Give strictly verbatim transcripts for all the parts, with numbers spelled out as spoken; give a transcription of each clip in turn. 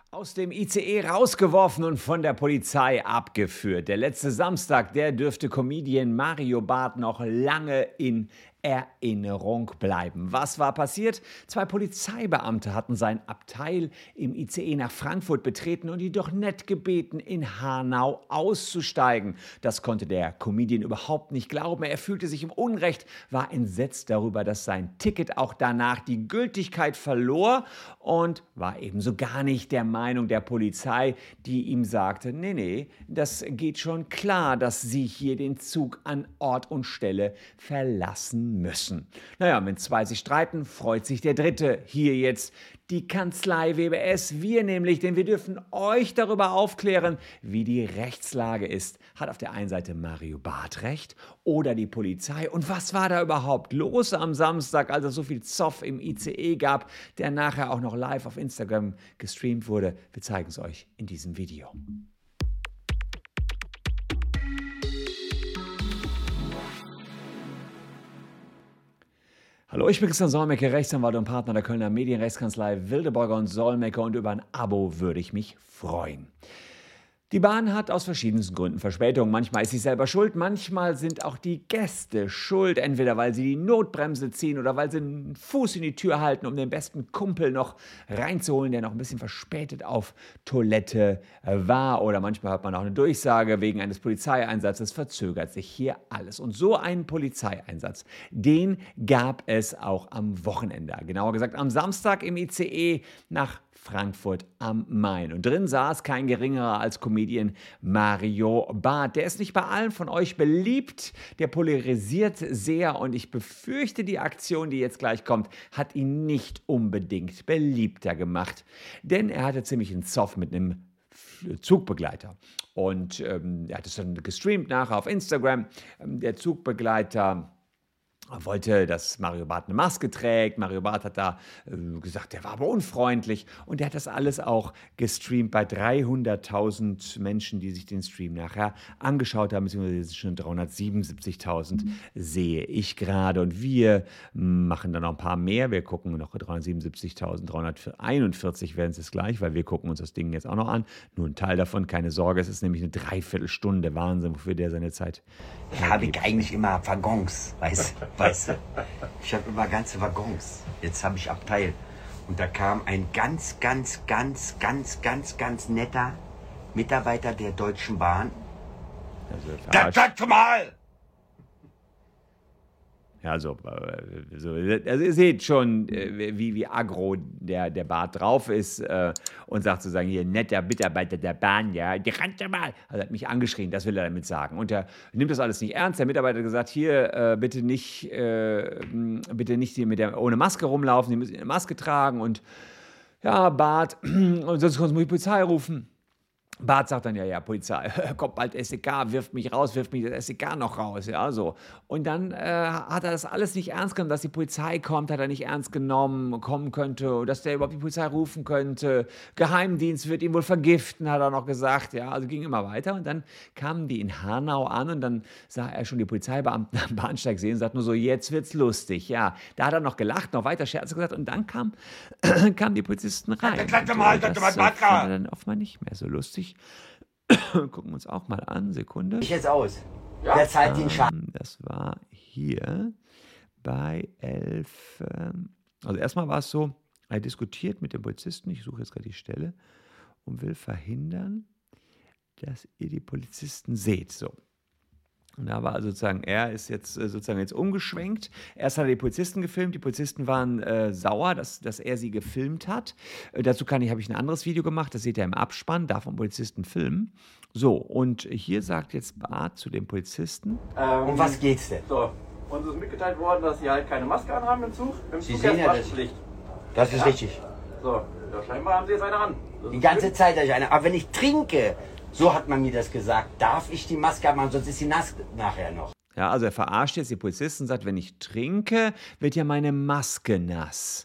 Aus dem I C E rausgeworfen und von der Polizei abgeführt. Der letzte Samstag, der dürfte Comedian Mario Barth noch lange in Erinnerung bleiben. Was war passiert? Zwei Polizeibeamte hatten sein Abteil im I C E nach Frankfurt betreten und ihn doch nett gebeten, in Hanau auszusteigen. Das konnte der Comedian überhaupt nicht glauben. Er fühlte sich im Unrecht, war entsetzt darüber, dass sein Ticket auch danach die Gültigkeit verlor und war ebenso gar nicht der Meinung der Polizei, die ihm sagte, nee, nee, das geht schon klar, dass Sie hier den Zug an Ort und Stelle verlassen müssen. Naja, wenn zwei sich streiten, freut sich der Dritte. Hier jetzt die Kanzlei W B S. Wir nämlich, denn wir dürfen euch darüber aufklären, wie die Rechtslage ist. Hat auf der einen Seite Mario Barth recht oder die Polizei? Und was war da überhaupt los am Samstag, als es so viel Zoff im I C E gab, der nachher auch noch live auf Instagram gestreamt wurde? Wir zeigen es euch in diesem Video. Hallo, ich bin Christian Solmecke, Rechtsanwalt und Partner der Kölner Medienrechtskanzlei Wildeborger und Solmecke, und über ein Abo würde ich mich freuen. Die Bahn hat aus verschiedensten Gründen Verspätung. Manchmal ist sie selber schuld, manchmal sind auch die Gäste schuld. Entweder weil sie die Notbremse ziehen oder weil sie einen Fuß in die Tür halten, um den besten Kumpel noch reinzuholen, der noch ein bisschen verspätet auf Toilette war. Oder manchmal hat man auch eine Durchsage, wegen eines Polizeieinsatzes verzögert sich hier alles. Und so einen Polizeieinsatz, den gab es auch am Wochenende. Genauer gesagt am Samstag im I C E nach Frankfurt am Main. Und drin saß kein geringerer als Comedian Mario Barth. Der ist nicht bei allen von euch beliebt, der polarisiert sehr, und ich befürchte, die Aktion, die jetzt gleich kommt, hat ihn nicht unbedingt beliebter gemacht. Denn er hatte ziemlich einen Zoff mit einem Zugbegleiter. Und ähm, er hat es dann gestreamt nachher auf Instagram. Ähm, der Zugbegleiter wollte, dass Mario Barth eine Maske trägt. Mario Barth hat da äh, gesagt, der war aber unfreundlich. Und der hat das alles auch gestreamt bei dreihunderttausend Menschen, die sich den Stream nachher angeschaut haben, beziehungsweise schon dreihundertsiebenundsiebzigtausend sehe ich gerade. Und wir machen dann noch ein paar mehr. Wir gucken noch dreihundertsiebenundsiebzigtausend, dreihunderteinundvierzig werden es jetzt gleich, weil wir gucken uns das Ding jetzt auch noch an. Nur ein Teil davon, keine Sorge, es ist nämlich eine Dreiviertelstunde. Wahnsinn, wofür der seine Zeit habe ich eigentlich immer Waggons, weißt du? Weißt du? Ich habe immer ganze Waggons. Jetzt habe ich Abteil. Und da kam ein ganz, ganz, ganz, ganz, ganz, ganz netter Mitarbeiter der Deutschen Bahn. Also, sag mal! Ja, so, so, also ihr seht schon, wie, wie aggro der, der Barth drauf ist äh, und sagt sozusagen, hier, netter Mitarbeiter der Bahn, ja, die rennt ja mal. Also er hat mich angeschrien, das will er damit sagen. Und er nimmt das alles nicht ernst. Der Mitarbeiter hat gesagt, hier, äh, bitte nicht, äh, bitte nicht hier mit der, ohne Maske rumlaufen, Sie müssen eine Maske tragen. Und ja, Barth, und sonst muss ich die Polizei rufen. Barth sagt dann, ja, ja, Polizei, kommt bald S E K, wirft mich raus, wirft mich das S E K noch raus, ja, so. Und dann äh, hat er das alles nicht ernst genommen, dass die Polizei kommt, hat er nicht ernst genommen, kommen könnte, dass der überhaupt die Polizei rufen könnte. Geheimdienst wird ihn wohl vergiften, hat er noch gesagt, ja, also ging immer weiter. Und dann kamen die in Hanau an und dann sah er schon die Polizeibeamten am Bahnsteig sehen und sagt nur so, jetzt wird's lustig, ja. Da hat er noch gelacht, noch weiter Scherze gesagt, und dann kam, kamen die Polizisten rein. Und, äh, das äh, fand er dann offenbar nicht mehr so lustig. Gucken wir uns auch mal an. Sekunde. Ich jetzt aus. Ja. Wer zahlt den Schaden? Das war hier bei elf. Also erstmal war es so, er diskutiert mit dem Polizisten, ich suche jetzt gerade die Stelle, und will verhindern, dass ihr die Polizisten seht. So. Und da war also sozusagen, er ist jetzt sozusagen jetzt umgeschwenkt. Erst hat er die Polizisten gefilmt. Die Polizisten waren äh, sauer, dass, dass er sie gefilmt hat. Äh, dazu kann ich, habe ich ein anderes Video gemacht. Das seht ihr im Abspann. Darf man Polizisten filmen. So, und hier sagt jetzt Barth zu dem Polizisten. Ähm, um was geht's denn? So, uns ist mitgeteilt worden, dass Sie halt keine Maske anhaben im Zug. Im Sie Zug sehen ja, Maskenpflicht. Das ist ja richtig. So, ja, scheinbar haben Sie jetzt eine an. Das Die ganze Zeit habe ich eine. Aber wenn ich trinke, so hat man mir das gesagt, darf ich die Maske haben, sonst ist sie nass nachher noch. Ja, also er verarscht jetzt die Polizisten und sagt, wenn ich trinke, wird ja meine Maske nass.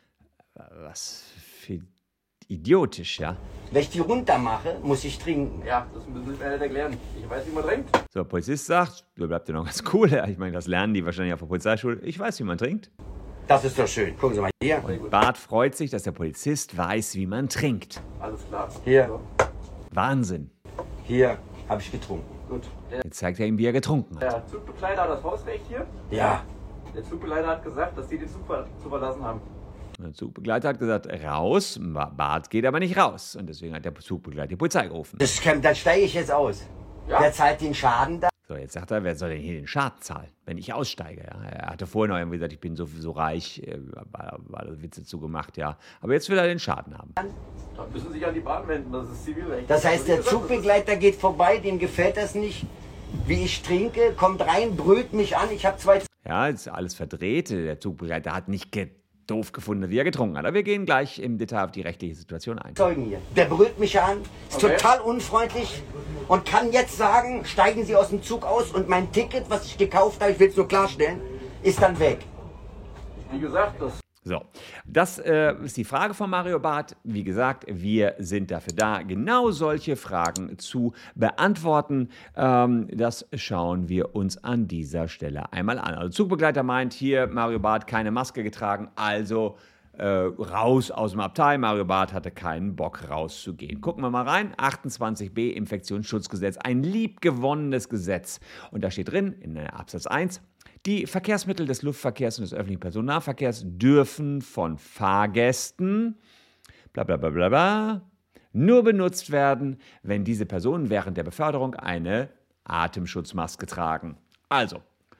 Was für idiotisch, ja. Wenn ich die runter mache, muss ich trinken. Ja, das müssen Sie mir nicht erklären. Ich weiß, wie man trinkt. So, der Polizist sagt, du bleibst ja noch ganz cool. Ich meine, das lernen die wahrscheinlich auf der Polizeischule. Ich weiß, wie man trinkt. Das ist doch schön. Gucken Sie mal hier. Bart freut sich, dass der Polizist weiß, wie man trinkt. Alles klar. Hier, So, Wahnsinn. hier habe ich getrunken. gut. Der, Jetzt zeigt er ihm, wie er getrunken hat. der Zugbegleiter hat das Hausrecht hier. Ja, Der Zugbegleiter hat gesagt, dass die den Zug ver zu verlassen haben. Der Zugbegleiter hat gesagt, raus. Bart geht aber nicht raus. Und deswegen hat der Zugbegleiter die Polizei gerufen. das kann, dann steige ich jetzt aus. Ja. Wer zahlt den Schaden da? So, jetzt sagt er, wer soll denn hier den Schaden zahlen, wenn ich aussteige? Ja? Er hatte vorher noch irgendwie gesagt, ich bin so, so reich, äh, war, war Witze zugemacht, ja. Aber jetzt will er den Schaden haben. Dann müssen Sie sich an die Bahn wenden, das ist Zivilrecht. Das heißt, der Wie gesagt, das ist- Zugbegleiter geht vorbei, dem gefällt das nicht, wie ich trinke, kommt rein, brüllt mich an. Ich habe zwei Ja, jetzt ist alles verdreht. Der Zugbegleiter hat nicht ge doof gefunden, wie er getrunken hat. Aber wir gehen gleich im Detail auf die rechtliche Situation ein. Zeugen hier. Der brüllt mich an, ist Okay. total unfreundlich und kann jetzt sagen, steigen Sie aus dem Zug aus und mein Ticket, was ich gekauft habe, ich will es nur klarstellen, ist dann weg. Wie gesagt, das So, das äh, ist die Frage von Mario Barth. Wie gesagt, wir sind dafür da, genau solche Fragen zu beantworten. Ähm, das schauen wir uns an dieser Stelle einmal an. Also Zugbegleiter meint hier, Mario Barth keine Maske getragen, also äh, raus aus dem Abteil. Mario Barth hatte keinen Bock rauszugehen. Gucken wir mal rein. achtundzwanzig b Infektionsschutzgesetz, ein liebgewonnenes Gesetz. Und da steht drin, in Absatz eins, die Verkehrsmittel des Luftverkehrs und des öffentlichen Personennahverkehrs dürfen von Fahrgästen bla bla bla bla bla nur benutzt werden, wenn diese Personen während der Beförderung eine Atemschutzmaske tragen. Also,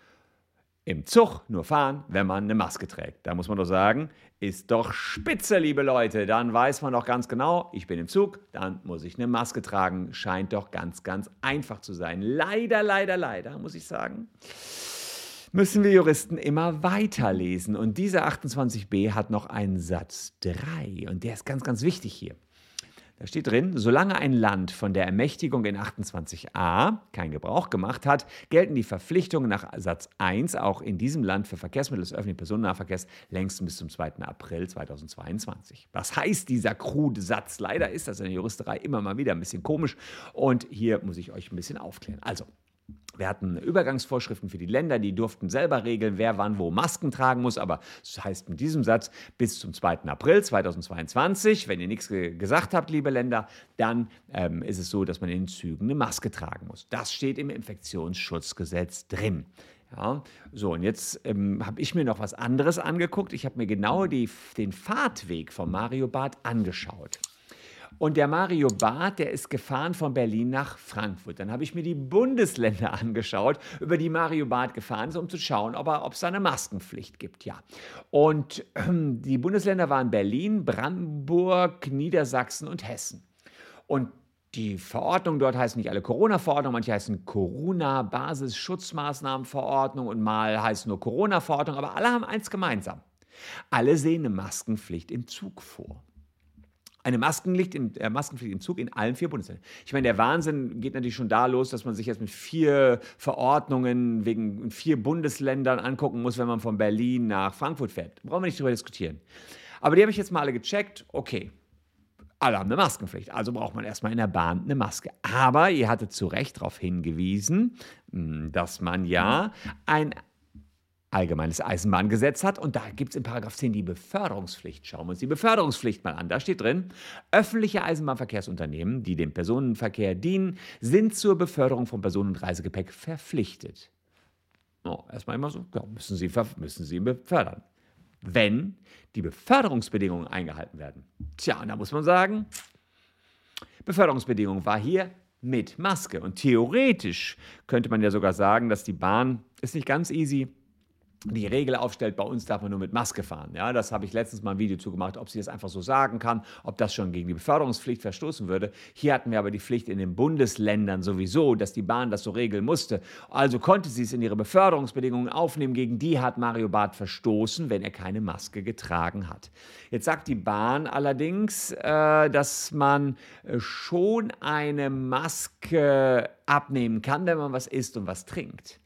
im Zug nur fahren, wenn man eine Maske trägt. Da muss man doch sagen, ist doch spitze, liebe Leute. Dann weiß man doch ganz genau, ich bin im Zug, dann muss ich eine Maske tragen. Scheint doch ganz, ganz einfach zu sein. Leider, leider, leider, muss ich sagen, müssen wir Juristen immer weiterlesen. Und dieser achtundzwanzig b hat noch einen Satz drei. Und der ist ganz, ganz wichtig hier. Da steht drin, solange ein Land von der Ermächtigung in achtundzwanzig a keinen Gebrauch gemacht hat, gelten die Verpflichtungen nach Satz eins auch in diesem Land für Verkehrsmittel des öffentlichen Personennahverkehrs längstens bis zum zweiten April zweitausendzweiundzwanzig. Was heißt dieser krude Satz? Leider ist das in der Juristerei immer mal wieder ein bisschen komisch. Und hier muss ich euch ein bisschen aufklären. Also, wir hatten Übergangsvorschriften für die Länder, die durften selber regeln, wer wann wo Masken tragen muss. Aber das heißt mit diesem Satz, bis zum zweiten April zweitausendzweiundzwanzig, wenn ihr nichts ge gesagt habt, liebe Länder, dann ähm, ist es so, dass man in den Zügen eine Maske tragen muss. Das steht im Infektionsschutzgesetz drin. Ja, so, und jetzt ähm, habe ich mir noch was anderes angeguckt. Ich habe mir genau die, den Fahrtweg von Mario Barth angeschaut. Und der Mario Barth, der ist gefahren von Berlin nach Frankfurt. Dann habe ich mir die Bundesländer angeschaut, über die Mario Barth gefahren ist, um zu schauen, ob er, ob es da eine Maskenpflicht gibt. Ja. Und ähm, die Bundesländer waren Berlin, Brandenburg, Niedersachsen und Hessen. Und die Verordnungen dort heißen nicht alle Corona-Verordnungen, manche heißen Corona-Basisschutzmaßnahmenverordnung und mal heißen nur Corona-Verordnung, aber alle haben eins gemeinsam. Alle sehen eine Maskenpflicht im Zug vor. Eine Maskenpflicht, in, äh, Maskenpflicht im Zug in allen vier Bundesländern. Ich meine, der Wahnsinn geht natürlich schon da los, dass man sich jetzt mit vier Verordnungen wegen vier Bundesländern angucken muss, wenn man von Berlin nach Frankfurt fährt. Da brauchen wir nicht drüber diskutieren. Aber die habe ich jetzt mal alle gecheckt. Okay, alle haben eine Maskenpflicht, also braucht man erstmal in der Bahn eine Maske. Aber ihr hattet zu Recht darauf hingewiesen, dass man ja ein allgemeines Eisenbahngesetz hat und da gibt es in Paragraph zehn die Beförderungspflicht. Schauen wir uns die Beförderungspflicht mal an. Da steht drin, öffentliche Eisenbahnverkehrsunternehmen, die dem Personenverkehr dienen, sind zur Beförderung von Personen- und Reisegepäck verpflichtet. Oh, erstmal immer so, ja, müssen sie, müssen sie befördern. Wenn die Beförderungsbedingungen eingehalten werden. Tja, und da muss man sagen, Beförderungsbedingung war hier mit Maske. Und theoretisch könnte man ja sogar sagen, dass die Bahn ist nicht ganz easy die Regel aufstellt, bei uns darf man nur mit Maske fahren. Ja, das habe ich letztens mal ein Video zu gemacht, ob sie das einfach so sagen kann, ob das schon gegen die Beförderungspflicht verstoßen würde. Hier hatten wir aber die Pflicht in den Bundesländern sowieso, dass die Bahn das so regeln musste. Also konnte sie es in ihre Beförderungsbedingungen aufnehmen. Gegen die hat Mario Barth verstoßen, wenn er keine Maske getragen hat. Jetzt sagt die Bahn allerdings, äh, dass man äh, schon eine Maske abnehmen kann, wenn man was isst und was trinkt.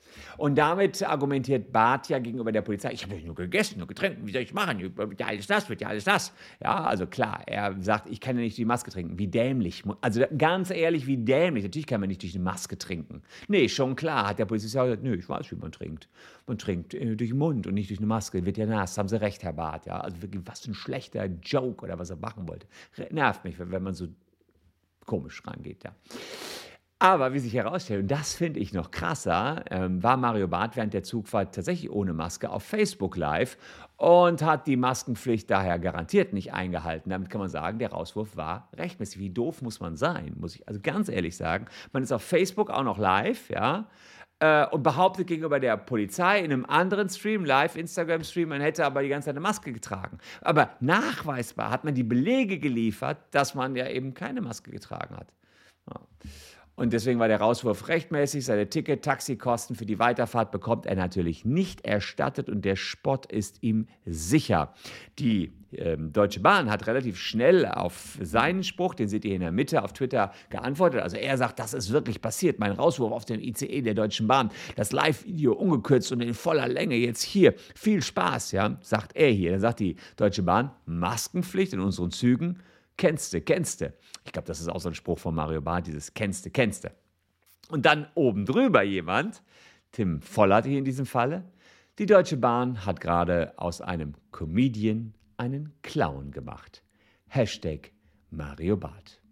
Und damit argumentiert Barth ja gegenüber der Polizei, ich habe ja nur gegessen, nur getrunken, wie soll ich machen? Wird ja alles das, wird ja alles das. Ja, also klar, er sagt, ich kann ja nicht die Maske trinken. Wie dämlich. Also ganz ehrlich, wie dämlich. Natürlich kann man nicht durch eine Maske trinken. Nee, schon klar, hat der Polizist ja gesagt, nö, ich weiß, wie man trinkt. Man trinkt äh, durch den Mund und nicht durch eine Maske, wird ja nass. Haben Sie recht, Herr Barth. Ja, also wirklich, was für ein schlechter Joke oder was er machen wollte. Nervt mich, wenn man so komisch rangeht, ja. Aber wie sich herausstellt, und das finde ich noch krasser, ähm, war Mario Barth während der Zugfahrt tatsächlich ohne Maske auf Facebook Live und hat die Maskenpflicht daher garantiert nicht eingehalten. Damit kann man sagen, der Rauswurf war rechtmäßig. Wie doof muss man sein, muss ich also ganz ehrlich sagen. Man ist auf Facebook auch noch live, ja, äh, und behauptet gegenüber der Polizei in einem anderen Stream, Live-Instagram-Stream, man hätte aber die ganze Zeit eine Maske getragen. Aber nachweisbar hat man die Belege geliefert, dass man ja eben keine Maske getragen hat. Ja. Und deswegen war der Rauswurf rechtmäßig. Seine Ticket-, Taxikosten für die Weiterfahrt bekommt er natürlich nicht erstattet und der Spott ist ihm sicher. Die ähm, Deutsche Bahn hat relativ schnell auf seinen Spruch, den seht ihr in der Mitte auf Twitter, geantwortet. Also er sagt, das ist wirklich passiert. Mein Rauswurf auf dem I C E der Deutschen Bahn. Das Live-Video ungekürzt und in voller Länge jetzt hier. Viel Spaß, ja, sagt er hier. Dann sagt die Deutsche Bahn, Maskenpflicht in unseren Zügen. Kennste, kennste. Ich glaube, das ist auch so ein Spruch von Mario Barth, dieses Kennste, kennste. Und dann oben drüber jemand, Tim Vollert hier in diesem Falle, die Deutsche Bahn hat gerade aus einem Comedian einen Clown gemacht. Hashtag Mario Barth.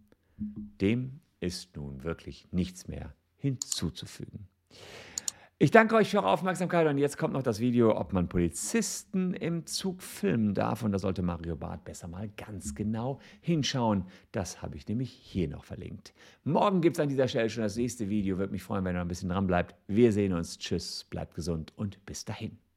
Dem ist nun wirklich nichts mehr hinzuzufügen. Ich danke euch für eure Aufmerksamkeit und jetzt kommt noch das Video, ob man Polizisten im Zug filmen darf. Und da sollte Mario Barth besser mal ganz genau hinschauen. Das habe ich nämlich hier noch verlinkt. Morgen gibt es an dieser Stelle schon das nächste Video. Würde mich freuen, wenn ihr noch ein bisschen dran bleibt. Wir sehen uns. Tschüss, bleibt gesund und bis dahin.